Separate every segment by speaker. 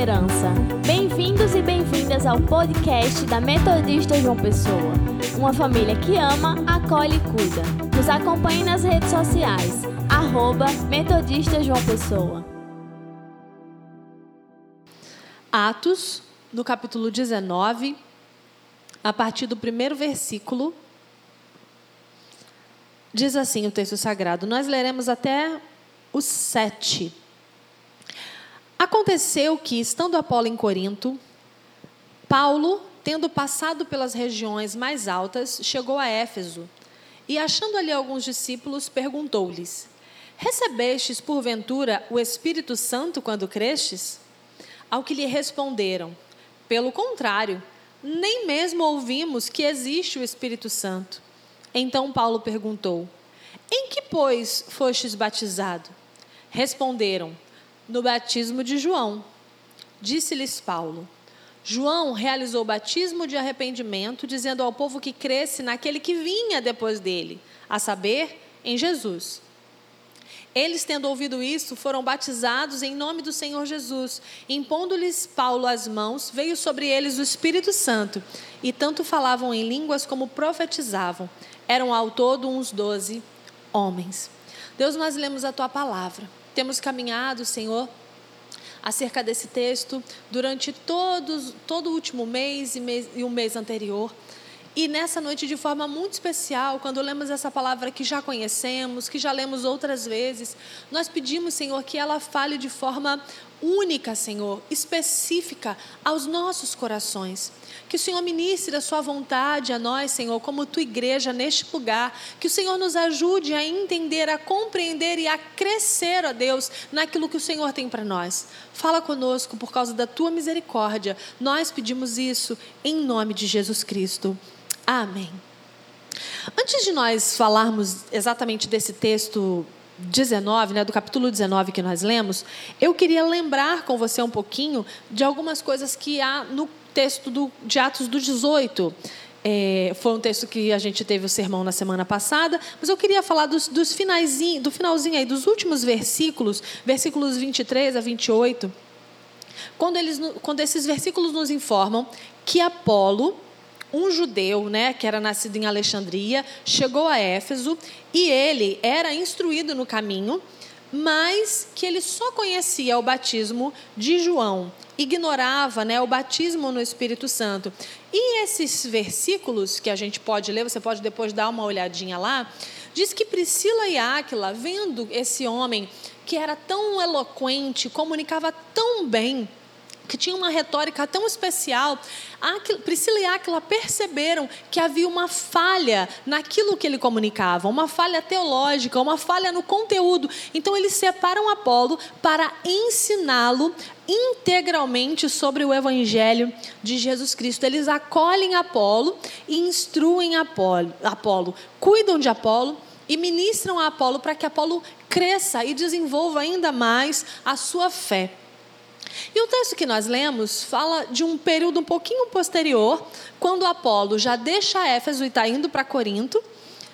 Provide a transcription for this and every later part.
Speaker 1: esperança. Bem-vindos e bem-vindas ao podcast da Metodista João Pessoa. Uma família que ama, acolhe e cuida. Nos acompanhe nas redes sociais, @Metodista João Pessoa.
Speaker 2: Atos, no capítulo 19, a partir do primeiro versículo, diz assim o texto sagrado. Nós leremos até o 7. Aconteceu que, estando Apolo em Corinto, Paulo, tendo passado pelas regiões mais altas, chegou a Éfeso e, achando ali alguns discípulos, perguntou-lhes: recebestes, porventura, o Espírito Santo quando crestes? Ao que lhe responderam: pelo contrário, nem mesmo ouvimos que existe o Espírito Santo. Então Paulo perguntou: em que, pois, fostes batizado? Responderam: no batismo de João. Disse-lhes Paulo: João realizou o batismo de arrependimento, dizendo ao povo que cresce naquele que vinha depois dele, a saber, em Jesus. Eles, tendo ouvido isso, foram batizados em nome do Senhor Jesus. Impondo-lhes Paulo as mãos, veio sobre eles o Espírito Santo, e tanto falavam em línguas como profetizavam. Eram ao todo uns 12 homens. Deus, nós lemos a Tua palavra. Temos caminhado, Senhor, acerca desse texto durante todo o último mês e o mês anterior. E nessa noite, de forma muito especial, quando lemos essa palavra que já conhecemos, que já lemos outras vezes, nós pedimos, Senhor, que ela fale de forma única, Senhor, específica aos nossos corações. Que o Senhor ministre a sua vontade a nós, Senhor, como tua igreja neste lugar. Que o Senhor nos ajude a entender, a compreender e a crescer, ó Deus, naquilo que o Senhor tem para nós. Fala conosco por causa da tua misericórdia. Nós pedimos isso em nome de Jesus Cristo. Amém. Antes de nós falarmos exatamente desse texto 19, do capítulo 19 que nós lemos, eu queria lembrar com você um pouquinho de algumas coisas que há no texto de Atos do 18. Foi um texto que a gente teve o sermão na semana passada, mas eu queria falar do finalzinho aí, dos últimos versículos 23 a 28, quando esses versículos nos informam que Apolo, um judeu, que era nascido em Alexandria, chegou a Éfeso e ele era instruído no caminho, mas que ele só conhecia o batismo de João, ignorava o batismo no Espírito Santo. E esses versículos que a gente pode ler, você pode depois dar uma olhadinha lá, diz que Priscila e Áquila, vendo esse homem que era tão eloquente, comunicava tão bem, que tinha uma retórica tão especial, Priscila e Áquila perceberam que havia uma falha naquilo que ele comunicava, uma falha teológica, uma falha no conteúdo. Então eles separam Apolo para ensiná-lo integralmente sobre o Evangelho de Jesus Cristo. Eles acolhem Apolo e instruem Apolo, cuidam de Apolo e ministram a Apolo para que Apolo cresça e desenvolva ainda mais a sua fé. E o texto que nós lemos fala de um período um pouquinho posterior, quando Apolo já deixa Éfeso e está indo para Corinto,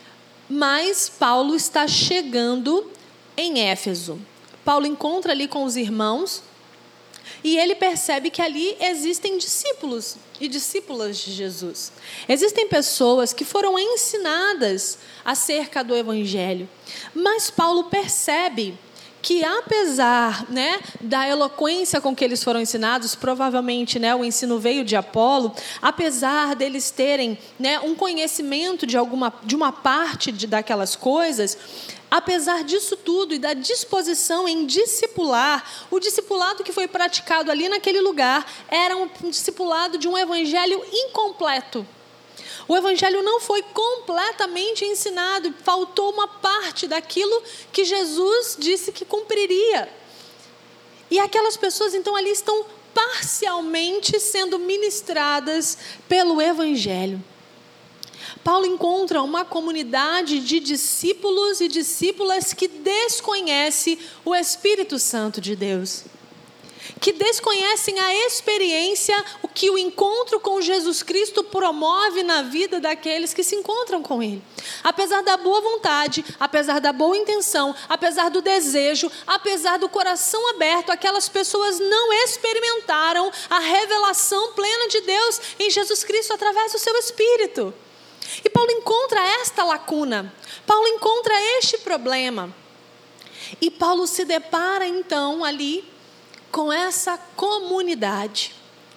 Speaker 2: mas Paulo está chegando em Éfeso. Paulo encontra ali com os irmãos e ele percebe que ali existem discípulos e discípulas de Jesus. Existem pessoas que foram ensinadas acerca do Evangelho, mas Paulo percebe que apesar da eloquência com que eles foram ensinados, provavelmente o ensino veio de Apolo, apesar deles terem um conhecimento de uma parte daquelas coisas, apesar disso tudo e da disposição em discipular, o discipulado que foi praticado ali naquele lugar era um discipulado de um evangelho incompleto. O evangelho não foi completamente ensinado, faltou uma parte daquilo que Jesus disse que cumpriria. E aquelas pessoas, então, ali estão parcialmente sendo ministradas pelo evangelho. Paulo encontra uma comunidade de discípulos e discípulas que desconhece o Espírito Santo de Deus. que desconhecem a experiência, o que o encontro com Jesus Cristo promove na vida daqueles que se encontram com Ele. Apesar da boa vontade, apesar da boa intenção, apesar do desejo, apesar do coração aberto, aquelas pessoas não experimentaram a revelação plena de Deus em Jesus Cristo através do seu Espírito. E Paulo encontra esta lacuna, Paulo encontra este problema. E Paulo se depara então ali com essa comunidade.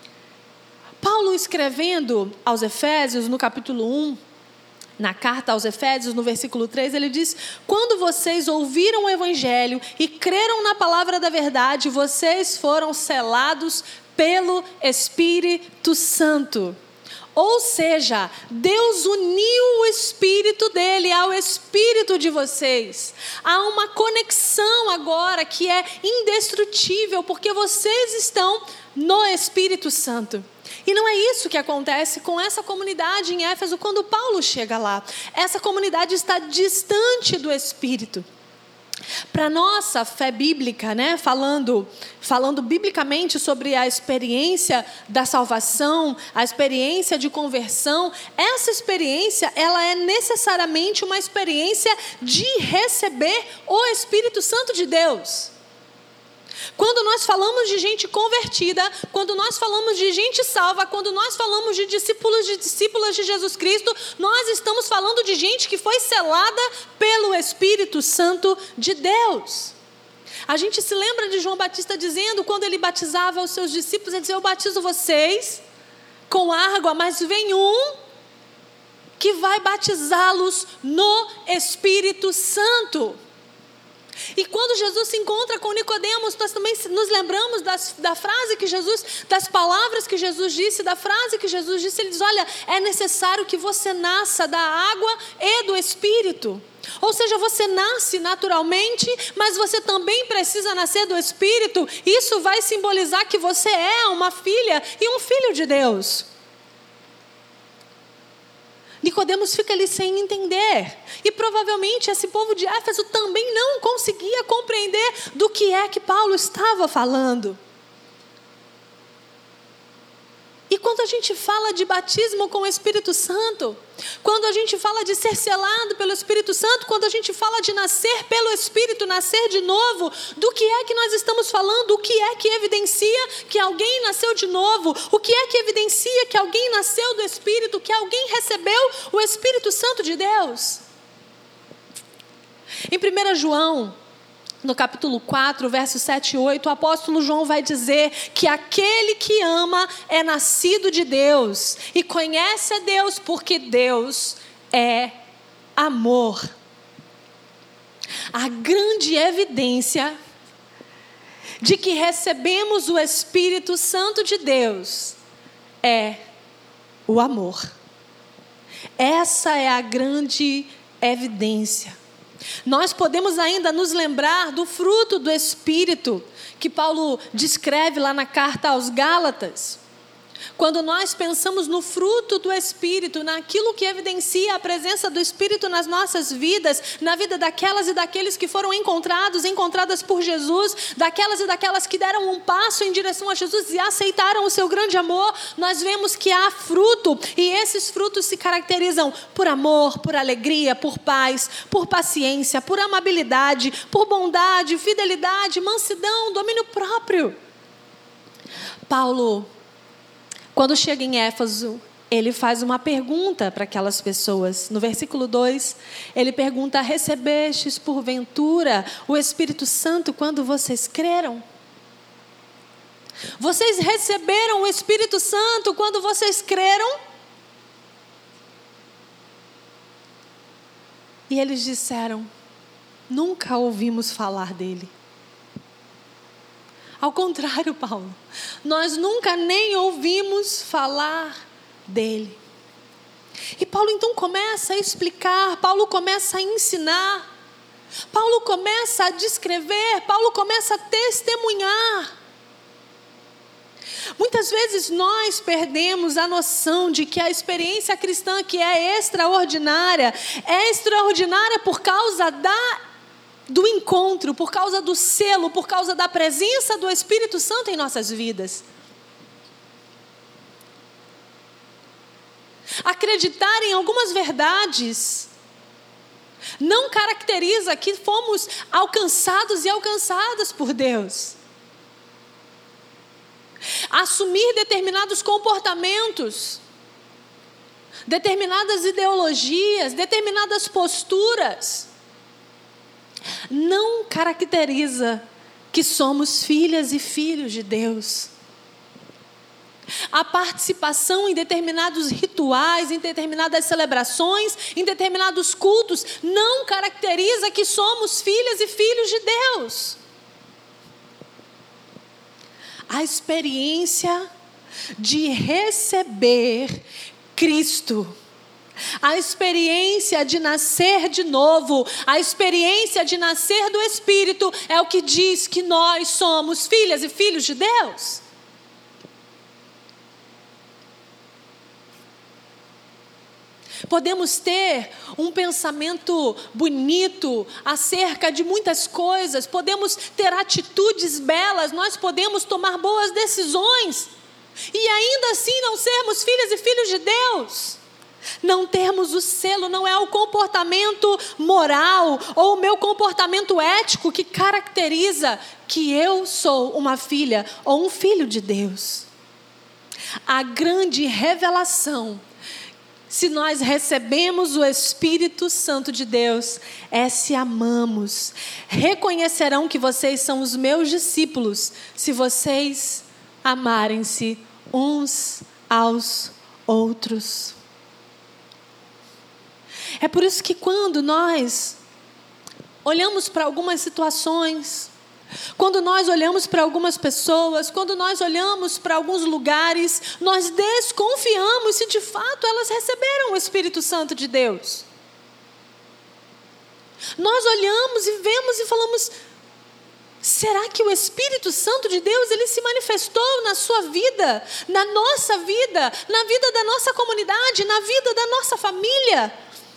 Speaker 2: Paulo escrevendo aos Efésios, no capítulo 1, na carta aos Efésios, no versículo 3, ele diz: quando vocês ouviram o Evangelho e creram na palavra da verdade, vocês foram selados pelo Espírito Santo. Ou seja, Deus uniu o Espírito dele ao Espírito de vocês. Há uma conexão agora que é indestrutível, porque vocês estão no Espírito Santo. E não é isso que acontece com essa comunidade em Éfeso quando Paulo chega lá. Essa comunidade está distante do Espírito. Para nossa fé bíblica, né, falando biblicamente sobre a experiência da salvação, a experiência de conversão, essa experiência, ela é necessariamente uma experiência de receber o Espírito Santo de Deus. Quando nós falamos de gente convertida, quando nós falamos de gente salva, quando nós falamos de discípulos e discípulas de Jesus Cristo, nós estamos falando de gente que foi selada pelo Espírito Santo de Deus. A gente se lembra de João Batista dizendo, quando ele batizava os seus discípulos, ele dizia: eu batizo vocês com água, mas vem um que vai batizá-los no Espírito Santo. E quando Jesus se encontra com Nicodemos, nós também nos lembramos da frase que Jesus, das palavras que Jesus disse, da frase que Jesus disse. Ele diz: olha, é necessário que você nasça da água e do Espírito. Ou seja, você nasce naturalmente, mas você também precisa nascer do Espírito. Isso vai simbolizar que você é uma filha e um filho de Deus. Nicodemos fica ali sem entender. E provavelmente esse povo de Éfeso também não conseguia compreender do que é que Paulo estava falando. E quando a gente fala de batismo com o Espírito Santo, quando a gente fala de ser selado pelo Espírito Santo, quando a gente fala de nascer pelo Espírito, nascer de novo, do que é que nós estamos falando? O que é que evidencia que alguém nasceu de novo? O que é que evidencia que alguém nasceu do Espírito, que alguém recebeu o Espírito Santo de Deus? Em 1 João, no capítulo 4, versos 7 e 8, o apóstolo João vai dizer que aquele que ama é nascido de Deus e conhece a Deus, porque Deus é amor. A grande evidência de que recebemos o Espírito Santo de Deus é o amor. Essa é a grande evidência. Nós podemos ainda nos lembrar do fruto do Espírito que Paulo descreve lá na carta aos Gálatas. Quando nós pensamos no fruto do Espírito, naquilo que evidencia a presença do Espírito nas nossas vidas, na vida daquelas e daqueles que foram encontradas por Jesus, daquelas e daquelas que deram um passo em direção a Jesus e aceitaram o seu grande amor, nós vemos que há fruto, e esses frutos se caracterizam por amor, por alegria, por paz, por paciência, por amabilidade, por bondade, fidelidade, mansidão, domínio próprio. Paulo, quando chega em Éfeso, ele faz uma pergunta para aquelas pessoas. No versículo 2, ele pergunta: recebestes porventura o Espírito Santo quando vocês creram? Vocês receberam o Espírito Santo quando vocês creram? E eles disseram: nunca ouvimos falar dele. Ao contrário, Paulo, nós nunca nem ouvimos falar dele. E Paulo então começa a explicar, Paulo começa a ensinar, Paulo começa a descrever, Paulo começa a testemunhar. Muitas vezes nós perdemos a noção de que a experiência cristã, que é extraordinária por causa da do encontro, por causa do selo, por causa da presença do Espírito Santo em nossas vidas. Acreditar em algumas verdades não caracteriza que fomos alcançados e alcançadas por Deus. Assumir determinados comportamentos, determinadas ideologias, determinadas posturas, não caracteriza que somos filhas e filhos de Deus. A participação em determinados rituais, em determinadas celebrações, em determinados cultos, não caracteriza que somos filhas e filhos de Deus. A experiência de receber Cristo, a experiência de nascer de novo, a experiência de nascer do Espírito é o que diz que nós somos filhas e filhos de Deus. Podemos ter um pensamento bonito acerca de muitas coisas, podemos ter atitudes belas, nós podemos tomar boas decisões e ainda assim não sermos filhas e filhos de Deus. Não termos o selo não é o comportamento moral ou o meu comportamento ético que caracteriza que eu sou uma filha ou um filho de Deus. A grande revelação, se nós recebemos o Espírito Santo de Deus, é se amamos. Reconhecerão que vocês são os meus discípulos, se vocês amarem-se uns aos outros. É por isso que quando nós olhamos para algumas situações, quando nós olhamos para algumas pessoas, quando nós olhamos para alguns lugares, nós desconfiamos se de fato elas receberam o Espírito Santo de Deus. Nós olhamos e vemos e falamos: será que o Espírito Santo de Deus, ele se manifestou na sua vida, na nossa vida, na vida da nossa comunidade, na vida da nossa família?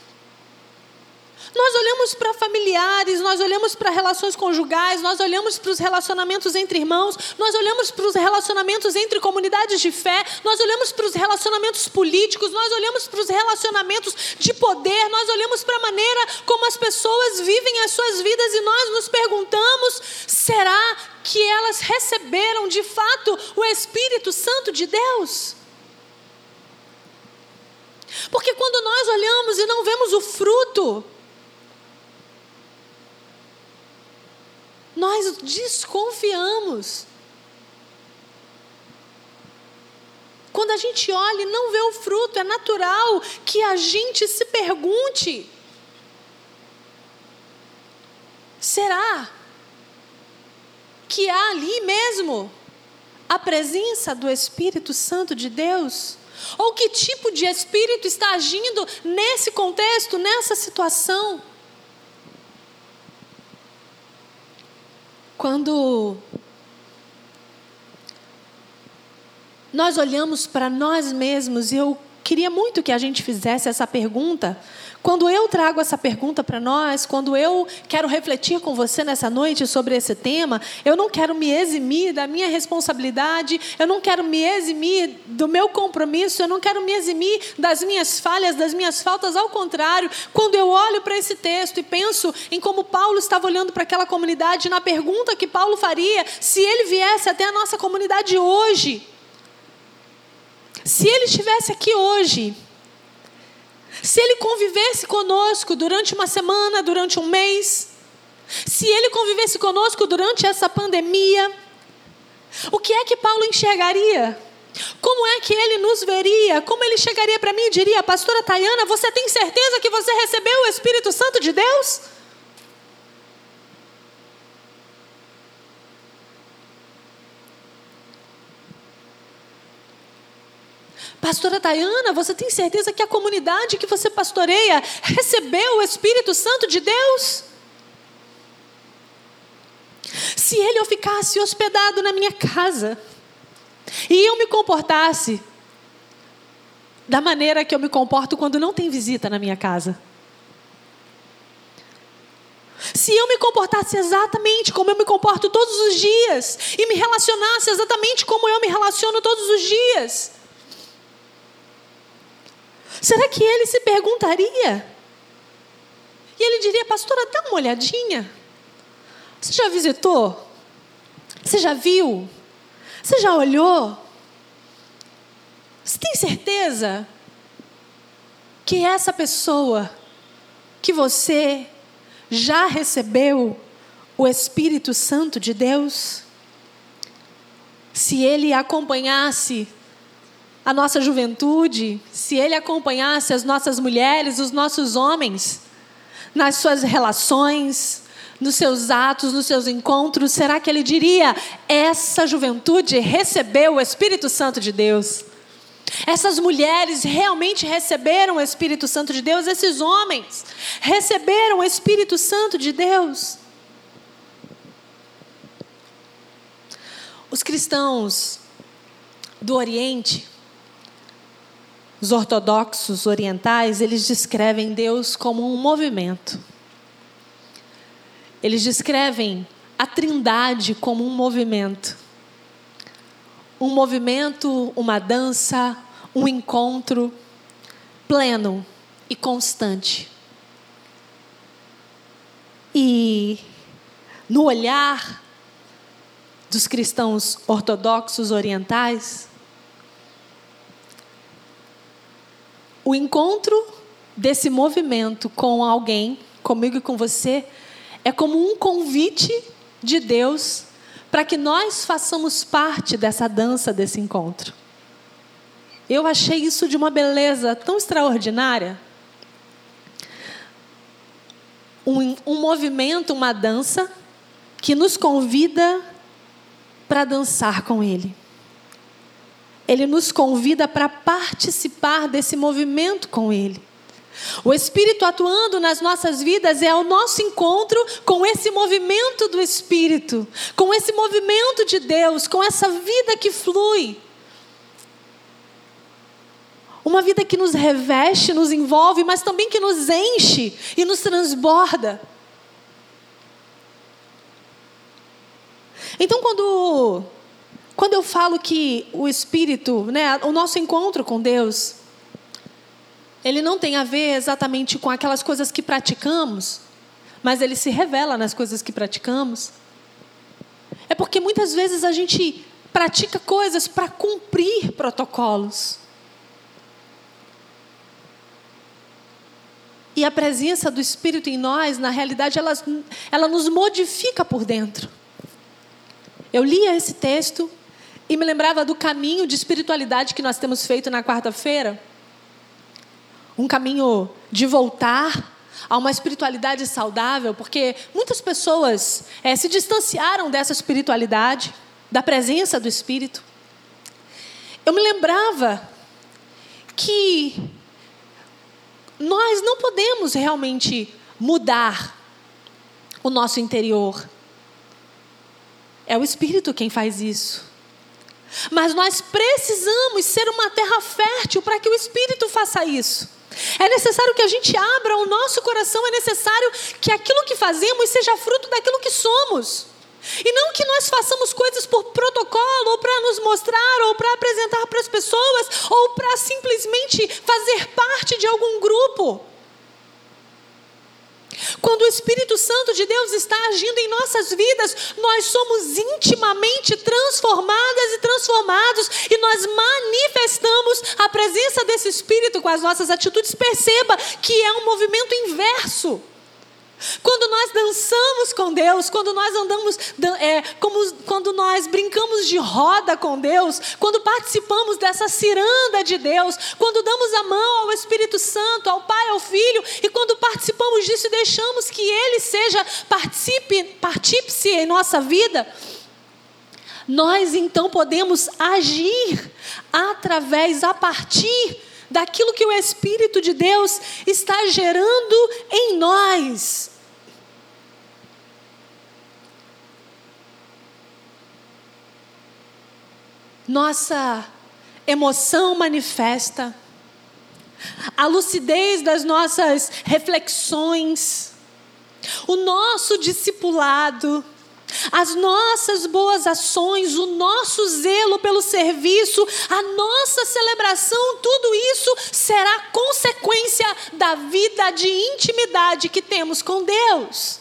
Speaker 2: Nós olhamos para familiares, nós olhamos para relações conjugais, nós olhamos para os relacionamentos entre irmãos, nós olhamos para os relacionamentos entre comunidades de fé, nós olhamos para os relacionamentos políticos, nós olhamos para os relacionamentos de poder, nós olhamos para a maneira como as pessoas vivem as suas vidas e nós nos perguntamos: será que elas receberam de fato o Espírito Santo de Deus? Porque quando nós olhamos e não vemos o fruto, nós desconfiamos. Quando a gente olha e não vê o fruto, é natural que a gente se pergunte: será que há ali mesmo a presença do Espírito Santo de Deus? Ou que tipo de espírito está agindo nesse contexto, nessa situação? Quando nós olhamos para nós mesmos, e eu queria muito que a gente fizesse essa pergunta, quando eu trago essa pergunta para nós, quando eu quero refletir com você nessa noite sobre esse tema, eu não quero me eximir da minha responsabilidade, eu não quero me eximir do meu compromisso, eu não quero me eximir das minhas falhas, das minhas faltas. Ao contrário, quando eu olho para esse texto e penso em como Paulo estava olhando para aquela comunidade, na pergunta que Paulo faria se ele viesse até a nossa comunidade hoje, se ele estivesse aqui hoje, se ele convivesse conosco durante uma semana, durante um mês, se ele convivesse conosco durante essa pandemia, o que é que Paulo enxergaria? Como é que ele nos veria? Como ele chegaria para mim e diria: pastora Tayana, você tem certeza que você recebeu o Espírito Santo de Deus? Pastora Tayana, você tem certeza que a comunidade que você pastoreia recebeu o Espírito Santo de Deus? Se eu ficasse hospedado na minha casa e eu me comportasse da maneira que eu me comporto quando não tem visita na minha casa, se eu me comportasse exatamente como eu me comporto todos os dias e me relacionasse exatamente como eu me relaciono todos os dias, será que ele se perguntaria? E ele diria: pastora, dá uma olhadinha. Você já visitou? Você já viu? Você já olhou? Você tem certeza que essa pessoa, que você já recebeu o Espírito Santo de Deus? Se ele acompanhasse a nossa juventude, se ele acompanhasse as nossas mulheres, os nossos homens, nas suas relações, nos seus atos, nos seus encontros, será que ele diria: essa juventude recebeu o Espírito Santo de Deus? Essas mulheres realmente receberam o Espírito Santo de Deus? Esses homens receberam o Espírito Santo de Deus? Os cristãos do Oriente, os ortodoxos orientais, eles descrevem Deus como um movimento. Eles descrevem a Trindade como um movimento. Um movimento, uma dança, um encontro pleno e constante. E no olhar dos cristãos ortodoxos orientais, o encontro desse movimento com alguém, comigo e com você, é como um convite de Deus para que nós façamos parte dessa dança, desse encontro. Eu achei isso de uma beleza tão extraordinária. Um movimento, uma dança, que nos convida para dançar com Ele. Ele nos convida para participar desse movimento com Ele. O Espírito atuando nas nossas vidas é o nosso encontro com esse movimento do Espírito, com esse movimento de Deus, com essa vida que flui. Uma vida que nos reveste, nos envolve, mas também que nos enche e nos transborda. Então, quando eu falo que o Espírito, o nosso encontro com Deus, ele não tem a ver exatamente com aquelas coisas que praticamos, mas ele se revela nas coisas que praticamos. É porque muitas vezes a gente pratica coisas para cumprir protocolos. E a presença do Espírito em nós, na realidade, ela nos modifica por dentro. Eu lia esse texto e me lembrava do caminho de espiritualidade que nós temos feito na quarta-feira. Um caminho de voltar a uma espiritualidade saudável, porque muitas pessoas se distanciaram dessa espiritualidade, da presença do Espírito. Eu me lembrava que nós não podemos realmente mudar o nosso interior. É o Espírito quem faz isso. Mas nós precisamos ser uma terra fértil para que o Espírito faça isso. É necessário que a gente abra o nosso coração, é necessário que aquilo que fazemos seja fruto daquilo que somos. E não que nós façamos coisas por protocolo, ou para nos mostrar, ou para apresentar para as pessoas, ou para simplesmente fazer parte de algum grupo. Quando o Espírito Santo de Deus está agindo em nossas vidas, nós somos intimamente transformadas e transformados, e nós manifestamos a presença desse Espírito com as nossas atitudes. Perceba que é um movimento inverso. Quando nós dançamos com Deus, quando nós andamos, quando nós brincamos de roda com Deus, quando participamos dessa ciranda de Deus, quando damos a mão ao Espírito Santo, ao Pai, ao Filho, e quando participamos disso e deixamos que Ele seja partícipe em nossa vida, nós então podemos agir a partir daquilo que o Espírito de Deus está gerando em nós. Nossa emoção manifesta, a lucidez das nossas reflexões, o nosso discipulado, as nossas boas ações, o nosso zelo pelo serviço, a nossa celebração, tudo isso será consequência da vida de intimidade que temos com Deus.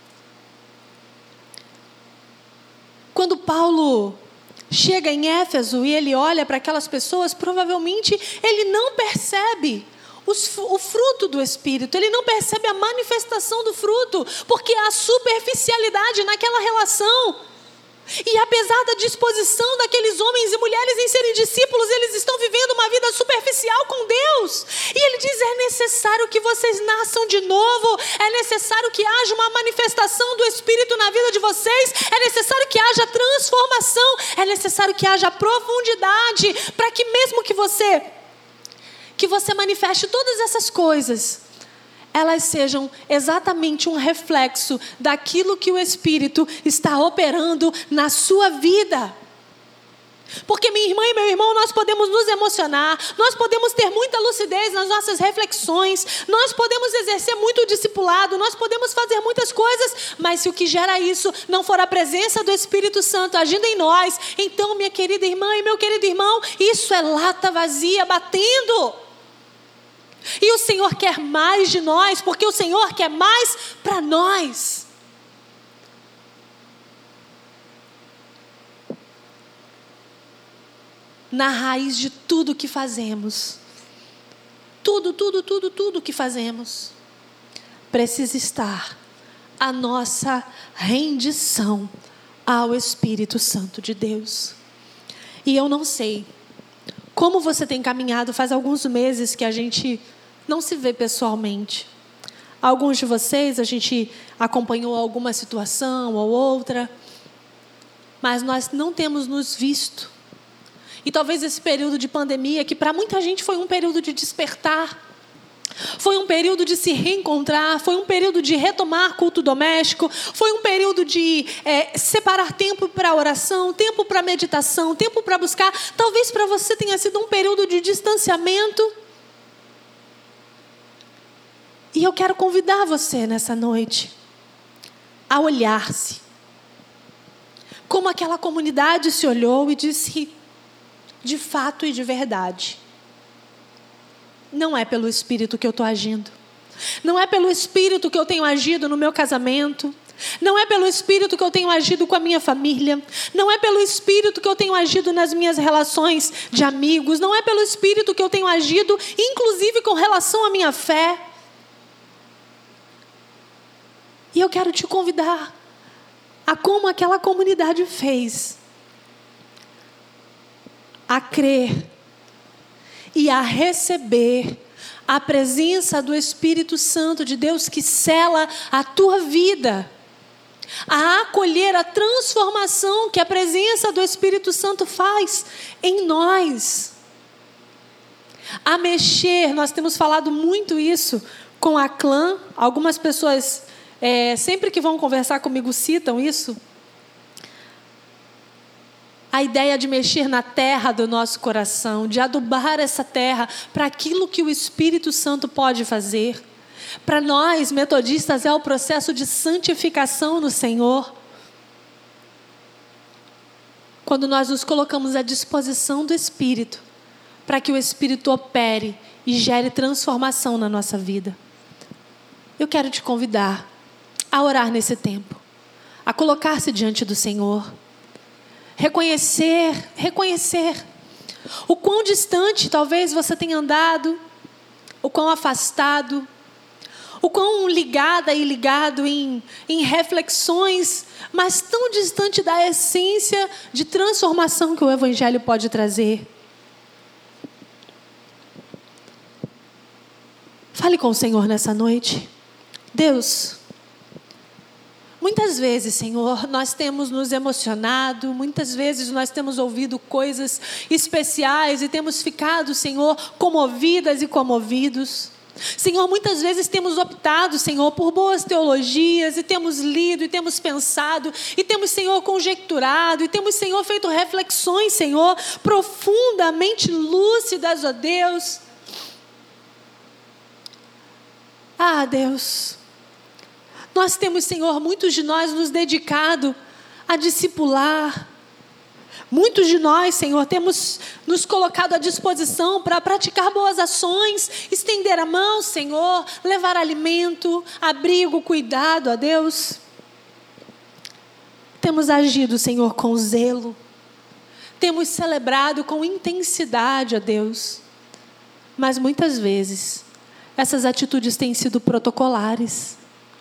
Speaker 2: Quando Paulo chega em Éfeso e ele olha para aquelas pessoas, provavelmente ele não percebe o fruto do Espírito, ele não percebe a manifestação do fruto, porque há superficialidade naquela relação. E apesar da disposição daqueles homens e mulheres em serem discípulos, eles estão vivendo uma vida superficial com Deus. E ele diz: é necessário que vocês nasçam de novo, é necessário que haja uma manifestação do Espírito na vida de vocês, é necessário que haja transformação, é necessário que haja profundidade, para que mesmo que você manifeste todas essas coisas, elas sejam exatamente um reflexo daquilo que o Espírito está operando na sua vida. Porque minha irmã e meu irmão, nós podemos nos emocionar, nós podemos ter muita lucidez nas nossas reflexões, nós podemos exercer muito discipulado, nós podemos fazer muitas coisas, mas se o que gera isso não for a presença do Espírito Santo agindo em nós, então, minha querida irmã e meu querido irmão, isso é lata vazia batendo. E o Senhor quer mais de nós, porque o Senhor quer mais para nós. Na raiz de tudo que fazemos, tudo que fazemos, precisa estar a nossa rendição ao Espírito Santo de Deus. E eu não sei como você tem caminhado. Faz alguns meses que a gente não se vê pessoalmente. Alguns de vocês, a gente acompanhou alguma situação ou outra, mas nós não temos nos visto. E talvez esse período de pandemia, que para muita gente foi um período de despertar, foi um período de se reencontrar, foi um período de retomar culto doméstico, foi um período de separar tempo para oração, tempo para meditação, tempo para buscar. Talvez para você tenha sido um período de distanciamento. E eu quero convidar você nessa noite a olhar-se, como aquela comunidade se olhou e disse: de fato e de verdade, não é pelo Espírito que eu estou agindo. Não é pelo Espírito que eu tenho agido no meu casamento. Não é pelo Espírito que eu tenho agido com a minha família. Não é pelo Espírito que eu tenho agido nas minhas relações de amigos. Não é pelo Espírito que eu tenho agido, inclusive com relação à minha fé. E eu quero te convidar a como aquela comunidade fez, a crer e a receber a presença do Espírito Santo de Deus que sela a tua vida, a acolher a transformação que a presença do Espírito Santo faz em nós, a mexer. Nós temos falado muito isso com a clã. Algumas pessoas, sempre que vão conversar comigo, citam isso. A ideia de mexer na terra do nosso coração, de adubar essa terra para aquilo que o Espírito Santo pode fazer. Para nós, metodistas, é o processo de santificação no Senhor. Quando nós nos colocamos à disposição do Espírito, para que o Espírito opere e gere transformação na nossa vida. Eu quero te convidar a orar nesse tempo, a colocar-se diante do Senhor. Reconhecer o quão distante talvez você tenha andado, o quão afastado, o quão ligada e ligado em reflexões, mas tão distante da essência de transformação que o Evangelho pode trazer. Fale com o Senhor nessa noite. Deus, muitas vezes, Senhor, nós temos nos emocionado, muitas vezes nós temos ouvido coisas especiais e temos ficado, Senhor, comovidas e comovidos. Senhor, muitas vezes temos optado, Senhor, por boas teologias e temos lido e temos pensado e temos, Senhor, conjecturado e temos, Senhor, feito reflexões, Senhor, profundamente lúcidas, ó Deus. Ah, Deus, Nós temos, Senhor, muitos de nós nos dedicado a discipular. Muitos de nós, Senhor, temos nos colocado à disposição para praticar boas ações, estender a mão, Senhor, levar alimento, abrigo, cuidado, a Deus. Temos agido, Senhor, com zelo. Temos celebrado com intensidade, a Deus. Mas muitas vezes, essas atitudes têm sido protocolares.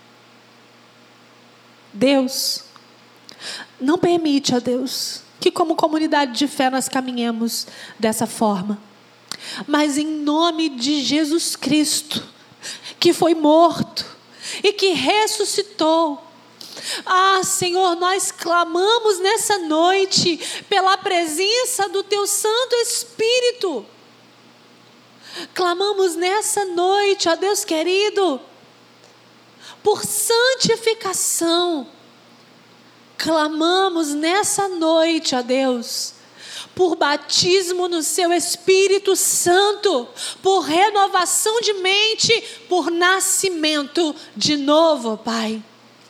Speaker 2: Deus, não permite, ó Deus, que como comunidade de fé nós caminhemos dessa forma. Mas em nome de Jesus Cristo, que foi morto e que ressuscitou. Senhor, nós clamamos nessa noite pela presença do Teu Santo Espírito. Clamamos nessa noite, ó Deus querido, por santificação. Clamamos nessa noite, ó Deus, por batismo no Seu Espírito Santo, por renovação de mente, por nascimento de novo, Pai.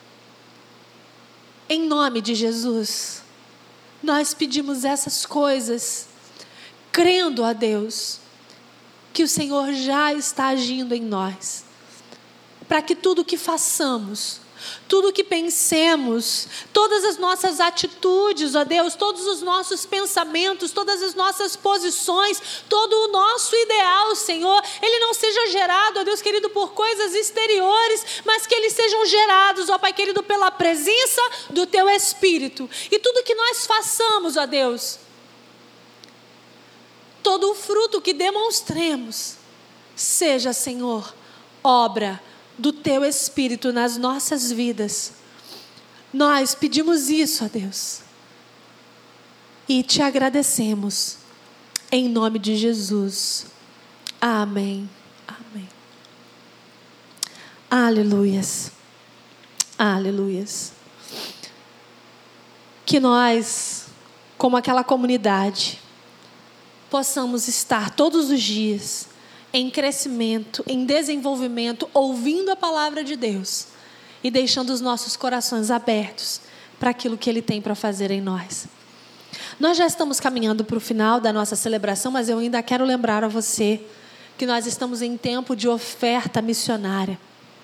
Speaker 2: Em nome de Jesus, nós pedimos essas coisas, crendo, ó Deus, que o Senhor já está agindo em nós, para que tudo que façamos, tudo que pensemos, todas as nossas atitudes, ó Deus, todos os nossos pensamentos, todas as nossas posições, todo o nosso ideal, Senhor, ele não seja gerado, ó Deus querido, por coisas exteriores, mas que eles sejam gerados, ó Pai querido, pela presença do Teu Espírito. E tudo que nós façamos, ó Deus, todo o fruto que demonstremos, seja, Senhor, obra do Teu Espírito nas nossas vidas. Nós pedimos isso, ó Deus, e Te agradecemos, em nome de Jesus. Amém. Amém. Aleluias. Aleluias. Que nós, como aquela comunidade, possamos estar todos os dias em crescimento, em desenvolvimento, ouvindo a palavra de Deus e deixando os nossos corações abertos para aquilo que Ele tem para fazer em nós. Nós já estamos caminhando para o final da nossa celebração, mas eu ainda quero lembrar a você que nós estamos em tempo de oferta missionária.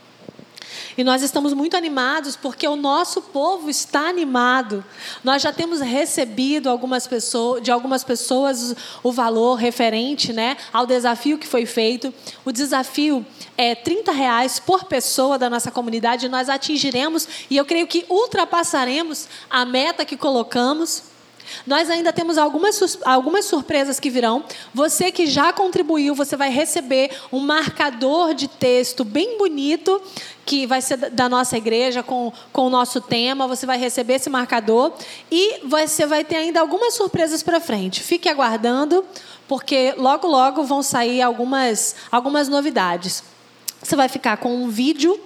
Speaker 2: E nós estamos muito animados porque o nosso povo está animado. Nós já temos recebido de algumas pessoas o valor referente, né, ao desafio que foi feito. O desafio é R$30 por pessoa da nossa comunidade. Nós atingiremos e eu creio que ultrapassaremos a meta que colocamos. Nós ainda temos algumas surpresas que virão. Você que já contribuiu, você vai receber um marcador de texto bem bonito, que vai ser da nossa igreja, com o nosso tema. Você vai receber esse marcador e você vai ter ainda algumas surpresas para frente. Fique aguardando, porque logo, logo vão sair algumas novidades. Você vai ficar com um vídeo.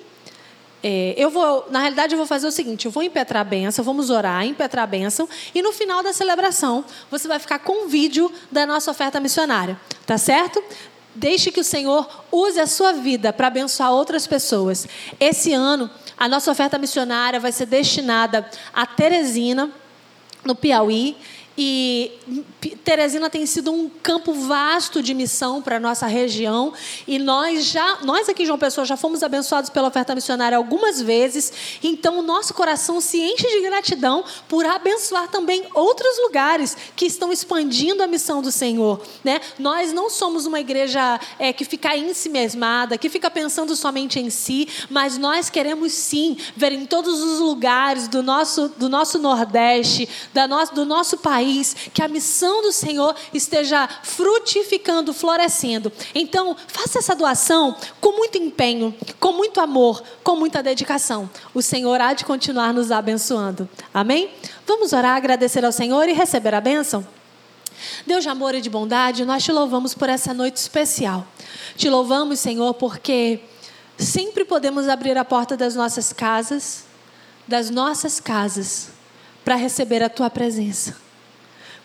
Speaker 2: Na realidade, eu vou fazer o seguinte: eu vou impetrar a bênção, vamos orar, impetrar a bênção, e no final da celebração, você vai ficar com um vídeo da nossa oferta missionária, tá certo? Deixe que o Senhor use a sua vida para abençoar outras pessoas. Esse ano, a nossa oferta missionária vai ser destinada a Teresina, no Piauí. E Teresina tem sido um campo vasto de missão para a nossa região. E nós aqui em João Pessoa já fomos abençoados pela oferta missionária algumas vezes. Então o nosso coração se enche de gratidão por abençoar também outros lugares que estão expandindo a missão do Senhor, né? Nós não somos uma igreja que fica em si mesmada, que fica pensando somente em si, mas nós queremos sim ver em todos os lugares do nosso Nordeste, do nosso país, que a missão do Senhor esteja frutificando, florescendo. Então, faça essa doação com muito empenho, com muito amor, com muita dedicação. O Senhor há de continuar nos abençoando. Amém? Vamos orar, agradecer ao Senhor e receber a bênção? Deus de amor e de bondade, nós Te louvamos por essa noite especial. Te louvamos, Senhor, porque sempre podemos abrir a porta das nossas casas, para receber a Tua presença.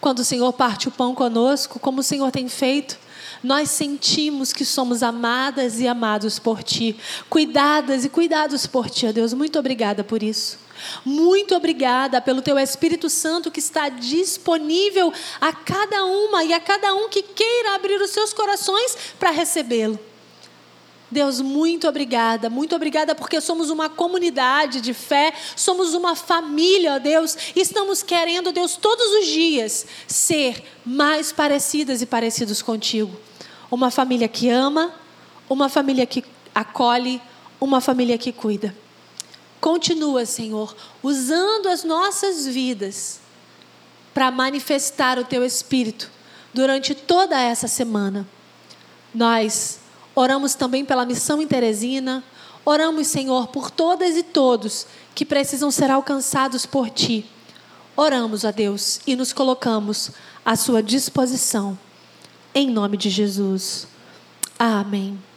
Speaker 2: Quando o Senhor parte o pão conosco, como o Senhor tem feito, nós sentimos que somos amadas e amados por Ti, cuidadas e cuidados por Ti, ó Deus. Muito obrigada por isso. Muito obrigada pelo Teu Espírito Santo que está disponível a cada uma e a cada um que queira abrir os seus corações para recebê-lo. Deus, muito obrigada porque somos uma comunidade de fé, somos uma família, ó Deus, e estamos querendo, Deus, todos os dias ser mais parecidas e parecidos contigo. Uma família que ama, uma família que acolhe, uma família que cuida. Continua, Senhor, usando as nossas vidas para manifestar o Teu Espírito durante toda essa semana. Nós oramos também pela missão em Teresina. Oramos, Senhor, por todas e todos que precisam ser alcançados por Ti. Oramos, ó Deus, e nos colocamos à Sua disposição. Em nome de Jesus. Amém.